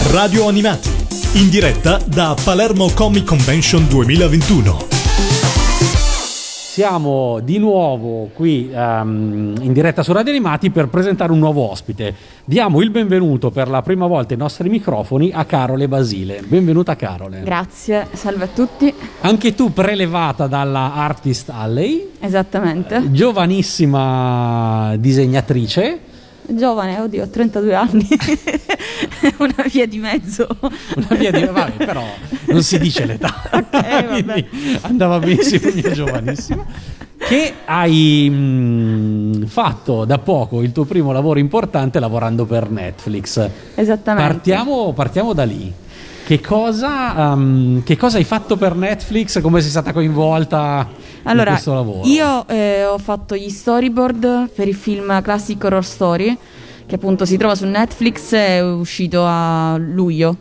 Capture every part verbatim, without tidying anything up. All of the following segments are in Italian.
Radio Animati, in diretta da Palermo Comic Convention duemilaventuno. Siamo di nuovo qui um, in diretta su Radio Animati per presentare un nuovo ospite. Diamo il benvenuto per la prima volta ai nostri microfoni a Carole Basile. Benvenuta Carole. Grazie, salve a tutti. Anche tu prelevata dalla Artist Alley. Esattamente. Giovanissima disegnatrice. Giovane, oddio, ho trentadue anni. Una via di mezzo. Una via di vabbè, però non si dice l'età. Ok, vabbè. Andava benissimo, è giovanissima. Che hai mh, fatto da poco il tuo primo lavoro importante lavorando per Netflix. Esattamente. Partiamo, partiamo da lì. Che cosa, um, che cosa hai fatto per Netflix? Come sei stata coinvolta allora, in questo lavoro? Io eh, ho fatto gli storyboard per il film Classic Horror Story, che appunto si trova su Netflix, è uscito a luglio.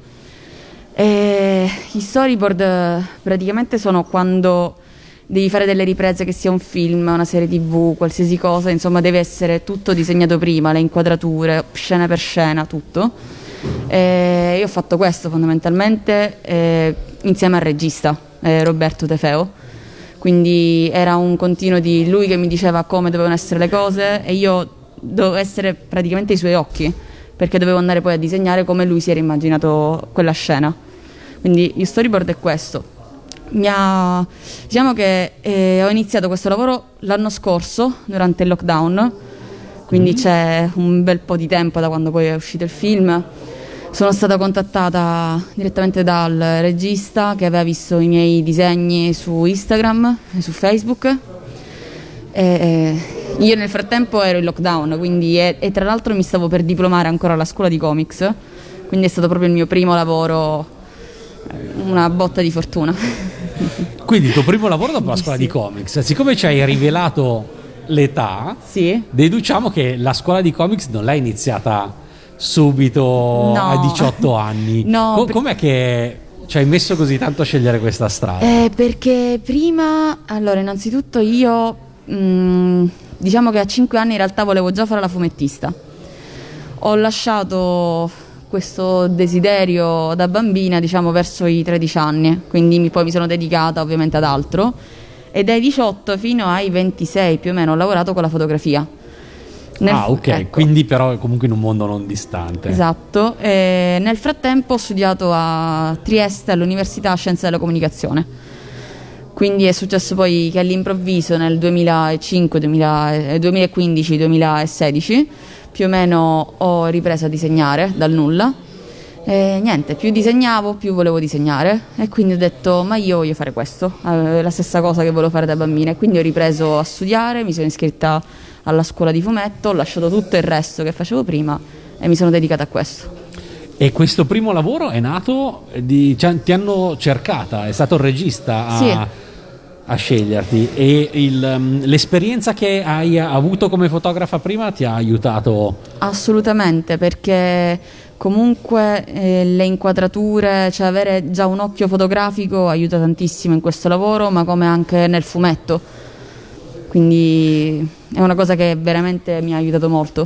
E gli storyboard praticamente sono quando devi fare delle riprese, che sia un film, una serie tv, qualsiasi cosa, insomma deve essere tutto disegnato prima, le inquadrature, scena per scena, tutto. E io ho fatto questo fondamentalmente eh, insieme al regista eh, Roberto Tefeo, quindi era un continuo di lui che mi diceva come dovevano essere le cose e io dovevo essere praticamente i suoi occhi, perché dovevo andare poi a disegnare come lui si era immaginato quella scena. Quindi il storyboard è questo. Mi ha, diciamo che eh, ho iniziato questo lavoro l'anno scorso durante il lockdown, quindi mm. c'è un bel po' di tempo da quando poi è uscito il film. Sono stata contattata direttamente dal regista che aveva visto i miei disegni su Instagram e su Facebook. E io nel frattempo ero in lockdown, quindi e, e tra l'altro mi stavo per diplomare ancora alla scuola di comics, quindi è stato proprio il mio primo lavoro, una botta di fortuna. Quindi il tuo primo lavoro dopo la scuola sì. di comics, siccome ci hai rivelato l'età, sì. deduciamo che la scuola di comics non l'hai iniziata subito no. a diciotto anni. No, Co- per... com'è che ci hai messo così tanto a scegliere questa strada? Eh, perché prima, allora innanzitutto io mh, diciamo che a cinque anni in realtà volevo già fare la fumettista. Ho lasciato questo desiderio da bambina, diciamo verso i tredici anni, quindi mi, poi mi sono dedicata ovviamente ad altro e dai diciotto fino ai ventisei più o meno ho lavorato con la fotografia. Nel, ah ok, ecco. Quindi però comunque in un mondo non distante. Esatto, e nel frattempo ho studiato a Trieste all'Università Scienze della Comunicazione, quindi è successo poi che all'improvviso nel duemilacinque, duemilaquindici, duemilasedici più o meno ho ripreso a disegnare dal nulla e niente, più disegnavo più volevo disegnare e quindi ho detto ma io voglio fare questo, eh, la stessa cosa che volevo fare da bambina e quindi ho ripreso a studiare, mi sono iscritta alla scuola di fumetto, ho lasciato tutto il resto che facevo prima e mi sono dedicata a questo. E questo primo lavoro è nato di, cioè, ti hanno cercata, è stato il regista a, sì. a sceglierti e il, l'esperienza che hai avuto come fotografa prima ti ha aiutato? Assolutamente, perché comunque eh, le inquadrature, cioè avere già un occhio fotografico aiuta tantissimo in questo lavoro, ma come anche nel fumetto. Quindi è una cosa che veramente mi ha aiutato molto.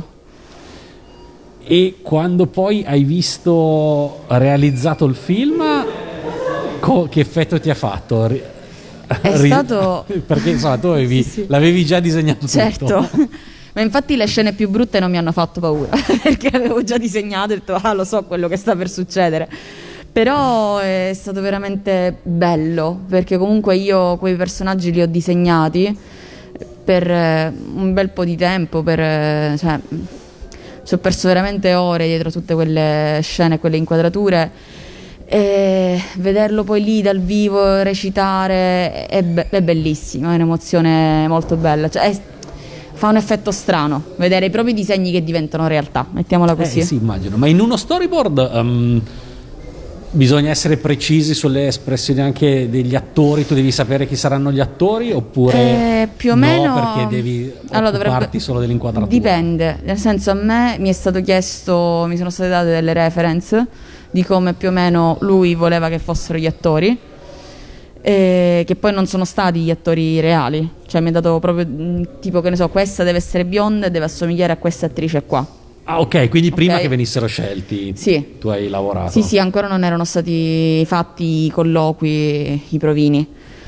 E quando poi hai visto realizzato il film, co- che effetto ti ha fatto? È stato... Perché insomma tu avevi, sì, sì. l'avevi già disegnato certo. tutto. Ma infatti le scene più brutte non mi hanno fatto paura perché avevo già disegnato e ho detto ah lo so quello che sta per succedere. Però è stato veramente bello perché comunque io quei personaggi li ho disegnati per un bel po' di tempo, per, cioè, ci ho perso veramente ore dietro tutte quelle scene, quelle inquadrature e vederlo poi lì dal vivo recitare è, be- è bellissimo, è un'emozione molto bella, cioè, è, fa un effetto strano vedere i propri disegni che diventano realtà, mettiamola così. Eh sì, immagino, ma in uno storyboard um, bisogna essere precisi sulle espressioni anche degli attori, tu devi sapere chi saranno gli attori oppure eh, più o no, meno perché devi allora, occuparti dovrebbe... solo dell'inquadratura? Dipende, nel senso a me mi è stato chiesto, mi sono state date delle reference di come più o meno lui voleva che fossero gli attori, eh, che poi non sono stati gli attori reali, cioè mi ha dato proprio tipo che ne so, questa deve essere bionda e deve assomigliare a questa attrice qua, Ah, ok, quindi prima Ok. che venissero scelti Sì. tu hai lavorato. Sì, sì, ancora non erano stati fatti i colloqui, i provini.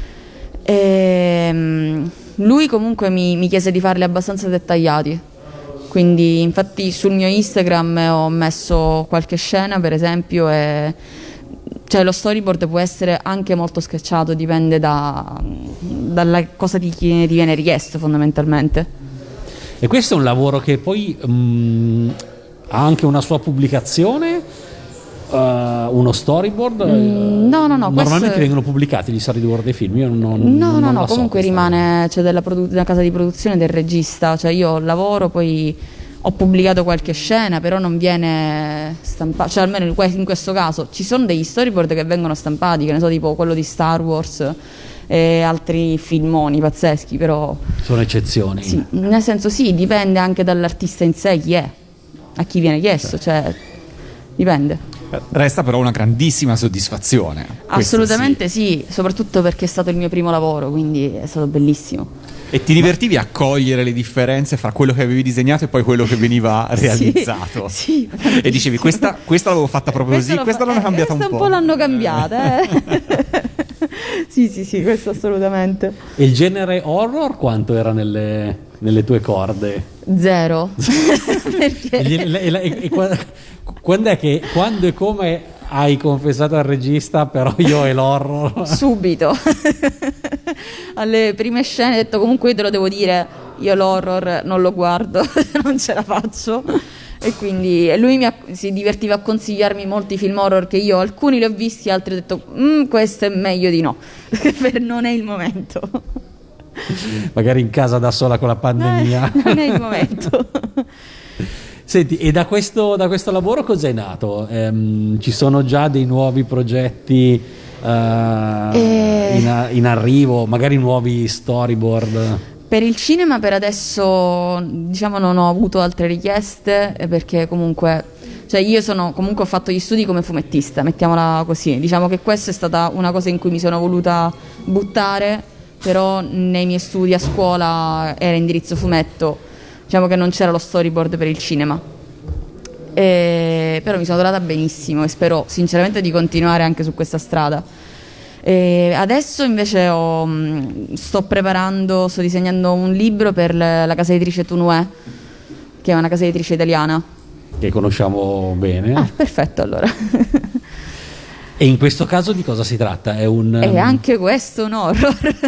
Ehm, lui comunque mi, mi chiese di farli abbastanza dettagliati. Quindi, infatti, sul mio Instagram ho messo qualche scena, per esempio, e cioè lo storyboard può essere anche molto sketchato, dipende da, dalla cosa ti, ti viene richiesto fondamentalmente. E questo è un lavoro che poi mh, ha anche una sua pubblicazione, uh, uno storyboard. Mm, no, no, no, Normalmente questo è- vengono pubblicati gli storyboard dei film. Io non, No, non no, la no, so comunque questa. rimane, c'è della produ- una casa di produzione del regista, cioè io lavoro, poi ho pubblicato qualche scena, però non viene stampata, cioè almeno in que- in questo caso ci sono degli storyboard che vengono stampati, che ne so, tipo quello di Star Wars e altri filmoni pazzeschi, però Sono eccezioni. sì, nel senso sì, dipende anche dall'artista in sé chi è, a chi viene chiesto, cioè dipende. Resta però una grandissima soddisfazione. Questo Assolutamente sì, soprattutto perché è stato il mio primo lavoro, quindi è stato bellissimo. sì. E ti divertivi a cogliere le differenze fra quello che avevi disegnato e poi quello che veniva realizzato? Sì, E dicevi, questa, questa l'avevo fatta proprio così, l'ho questa fa- l'hanno eh, cambiata un questa po'. un po' l'hanno cambiata, eh. Sì, sì, sì, questo assolutamente. E il genere horror quanto era nelle, nelle tue corde? Zero. Perché? E, gli- e- e- e qua- quando è che, quando e come hai confessato al regista però io e l'horror? Subito. Alle prime scene ho detto comunque io te lo devo dire, io l'horror non lo guardo, non ce la faccio. E quindi e lui mi ha- si divertiva a consigliarmi molti film horror che io alcuni li ho visti, altri ho detto "Mm, questo è meglio di no, perché non è il momento. Magari in casa da sola con la pandemia. Eh, non è il momento. Senti, e da questo, da questo lavoro cos'è nato? Ehm, ci sono già dei nuovi progetti eh, Eh. in, in arrivo, magari nuovi storyboard? Per il cinema per adesso diciamo non ho avuto altre richieste eh, perché comunque cioè io sono comunque ho fatto gli studi come fumettista, mettiamola così. Diciamo che questa è stata una cosa in cui mi sono voluta buttare, però nei miei studi a scuola era indirizzo fumetto, diciamo che non c'era lo storyboard per il cinema. E, però mi sono trovata benissimo e spero sinceramente di continuare anche su questa strada. E adesso invece ho, mh, sto preparando, sto disegnando un libro per le- la casa editrice Tunue, che è una casa editrice italiana. Che conosciamo bene. Ah, perfetto allora. E in questo caso di cosa si tratta? È un... E anche questo è un horror.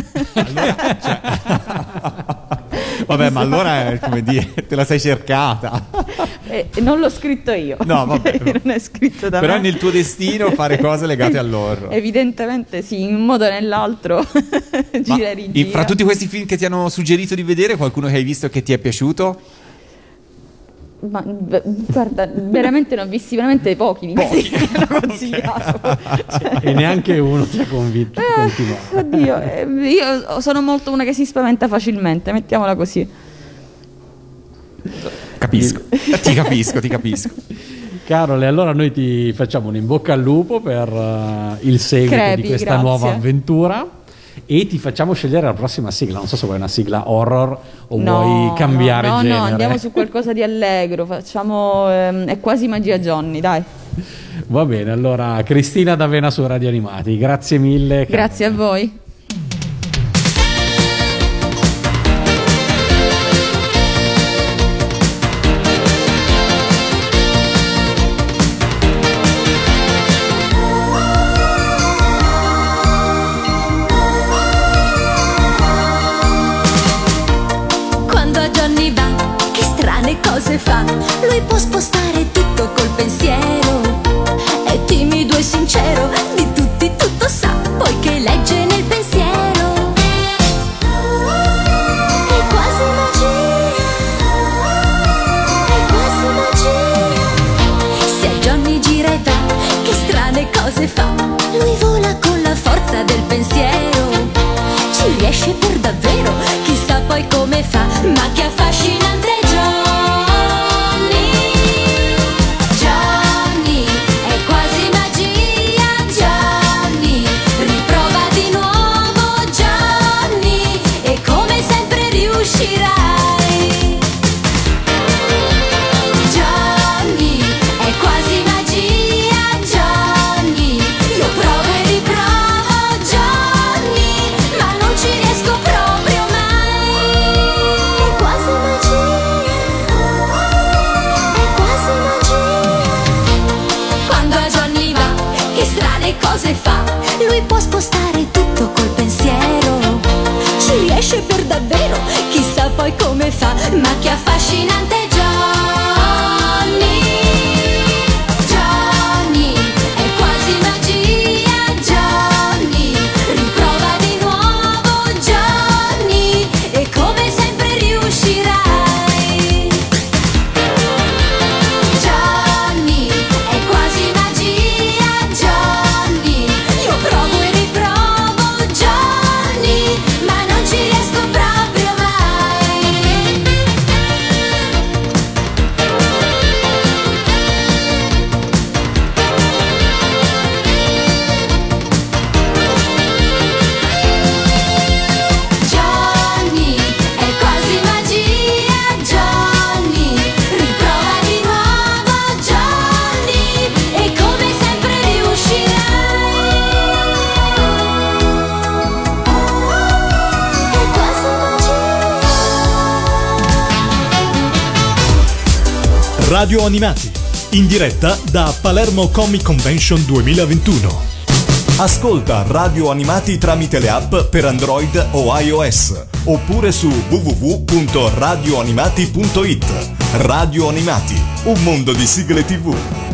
Vabbè, ma allora è come dire, te la sei cercata. E non l'ho scritto io. No, vabbè. Non è scritto da Però me. è nel tuo destino fare cose legate all'horror. Evidentemente sì, in un modo o nell'altro. Ma gira e in- rigira. fra tutti questi film che ti hanno suggerito di vedere, qualcuno che hai visto e che ti è piaciuto? Ma, v- guarda, veramente ne ho visti veramente pochi di quelli che mi hanno consigliato. Cioè, E neanche uno ti ha convinto a eh, continuare. oddio, eh, io sono molto una che si spaventa facilmente, mettiamola così. Capisco, ti capisco, ti capisco. Carole, allora noi ti facciamo un in bocca al lupo per eh, il seguito Crepi, di questa grazie. nuova avventura e ti facciamo scegliere la prossima sigla. Non so se vuoi una sigla horror o vuoi cambiare no, no, genere. no, andiamo su qualcosa di allegro, facciamo ehm, è quasi magia Johnny, dai. Va bene, allora Cristina D'Avena su Radio Animati, grazie mille. Carole. Grazie a voi. Quando a Johnny va, che strane cose fa. Lui può spostare tutto col pensiero. È timido e sincero, di tutti tutto sa, poiché legge nel pensiero. È quasi magia, è quasi magia. Se Johnny gira e va, che strane cose fa. Lui vola con la forza del pensiero. Ci riesce per davvero, chissà poi come fa, ma che affascinante è Johnny. Johnny, è quasi magia, Johnny, riprova di nuovo Johnny, e come sempre riuscirai. Johnny cose fa. Lui può spostare tutto col pensiero, ci riesce per davvero, chissà poi come fa. Ma che affascinante è Johnny. Johnny è quasi magia. Johnny riprova di nuovo. Johnny, e come sempre riuscirai. Johnny è quasi magia. Johnny, io provo e riprovo. Johnny, ma non ci riesco proprio mai. Johnny è quasi magia. Johnny riprova di nuovo. Johnny, e come sempre riuscirai. È quasi magia. Radio Animati, in diretta da Palermo Comic Convention duemilaventuno. Ascolta Radio Animati tramite le app per Android o iOS oppure su w w w punto radio animati punto it. Radio Animati, un mondo di sigle tivù.